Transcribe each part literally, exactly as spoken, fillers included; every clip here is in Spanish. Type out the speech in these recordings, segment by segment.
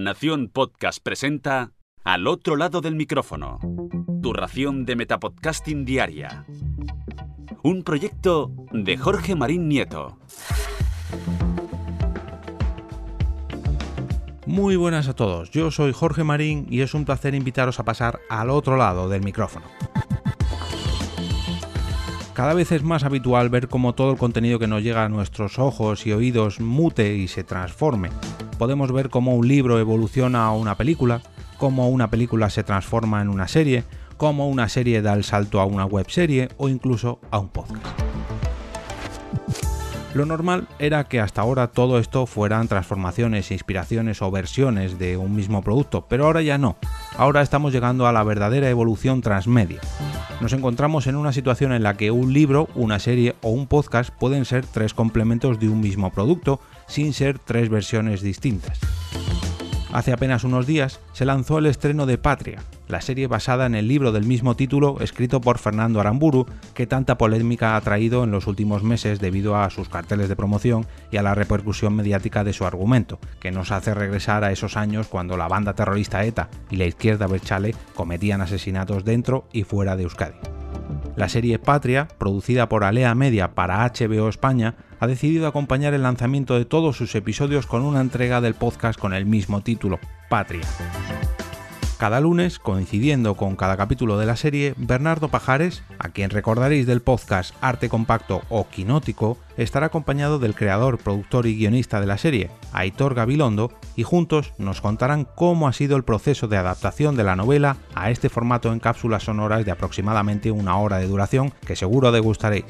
Nación Podcast presenta Al otro lado del micrófono, tu ración de metapodcasting diaria. Un proyecto de Jorge Marín Nieto. Muy buenas a todos, yo soy Jorge Marín y es un placer invitaros a pasar al otro lado del micrófono. Cada vez es más habitual ver cómo todo el contenido que nos llega a nuestros ojos y oídos mute y se transforme. Podemos ver cómo un libro evoluciona a una película, cómo una película se transforma en una serie, cómo una serie da el salto a una webserie o incluso a un podcast. Lo normal era que hasta ahora todo esto fueran transformaciones, inspiraciones o versiones de un mismo producto, pero ahora ya no. Ahora estamos llegando a la verdadera evolución transmedia. Nos encontramos en una situación en la que un libro, una serie o un podcast pueden ser tres complementos de un mismo producto, sin ser tres versiones distintas. Hace apenas unos días se lanzó el estreno de Patria, la serie basada en el libro del mismo título escrito por Fernando Aramburu, que tanta polémica ha traído en los últimos meses debido a sus carteles de promoción y a la repercusión mediática de su argumento, que nos hace regresar a esos años cuando la banda terrorista ETA y la izquierda Berchale cometían asesinatos dentro y fuera de Euskadi. La serie Patria, producida por Alea Media para H B O España, ha decidido acompañar el lanzamiento de todos sus episodios con una entrega del podcast con el mismo título, Patria. Cada lunes, coincidiendo con cada capítulo de la serie, Bernardo Pajares, a quien recordaréis del podcast Arte Compacto o Quinótico, estará acompañado del creador, productor y guionista de la serie, Aitor Gabilondo, y juntos nos contarán cómo ha sido el proceso de adaptación de la novela a este formato en cápsulas sonoras de aproximadamente una hora de duración que seguro degustaréis.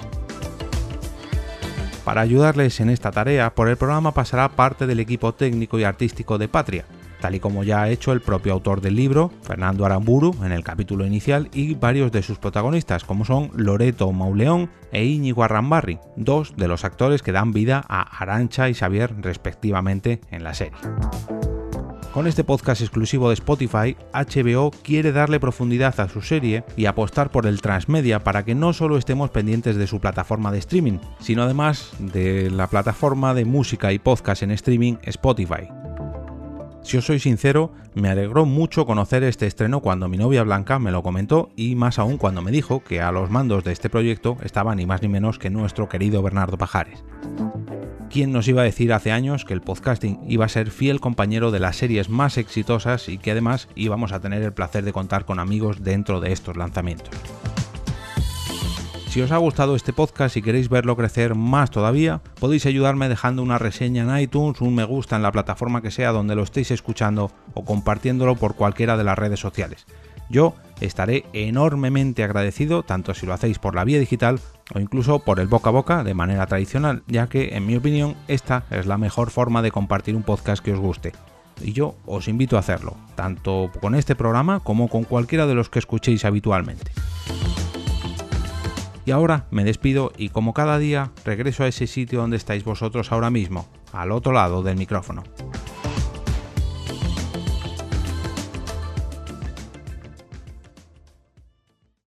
Para ayudarles en esta tarea, por el programa pasará parte del equipo técnico y artístico de Patria, tal y como ya ha hecho el propio autor del libro, Fernando Aramburu, en el capítulo inicial, y varios de sus protagonistas, como son Loreto Mauleón e Íñigo Arrambarri, dos de los actores que dan vida a Arantxa y Xavier respectivamente en la serie. Con este podcast exclusivo de Spotify, H B O quiere darle profundidad a su serie y apostar por el transmedia para que no solo estemos pendientes de su plataforma de streaming, sino además de la plataforma de música y podcast en streaming Spotify. Si os soy sincero, me alegró mucho conocer este estreno cuando mi novia Blanca me lo comentó y más aún cuando me dijo que a los mandos de este proyecto estaba ni más ni menos que nuestro querido Bernardo Pajares. ¿Quién nos iba a decir hace años que el podcasting iba a ser fiel compañero de las series más exitosas y que además íbamos a tener el placer de contar con amigos dentro de estos lanzamientos? Si os ha gustado este podcast y queréis verlo crecer más todavía, podéis ayudarme dejando una reseña en iTunes, un me gusta en la plataforma que sea donde lo estéis escuchando o compartiéndolo por cualquiera de las redes sociales. Yo estaré enormemente agradecido tanto si lo hacéis por la vía digital o incluso por el boca a boca de manera tradicional, ya que en mi opinión esta es la mejor forma de compartir un podcast que os guste. Y yo os invito a hacerlo, tanto con este programa como con cualquiera de los que escuchéis habitualmente. Y ahora me despido y como cada día regreso a ese sitio donde estáis vosotros ahora mismo, al otro lado del micrófono.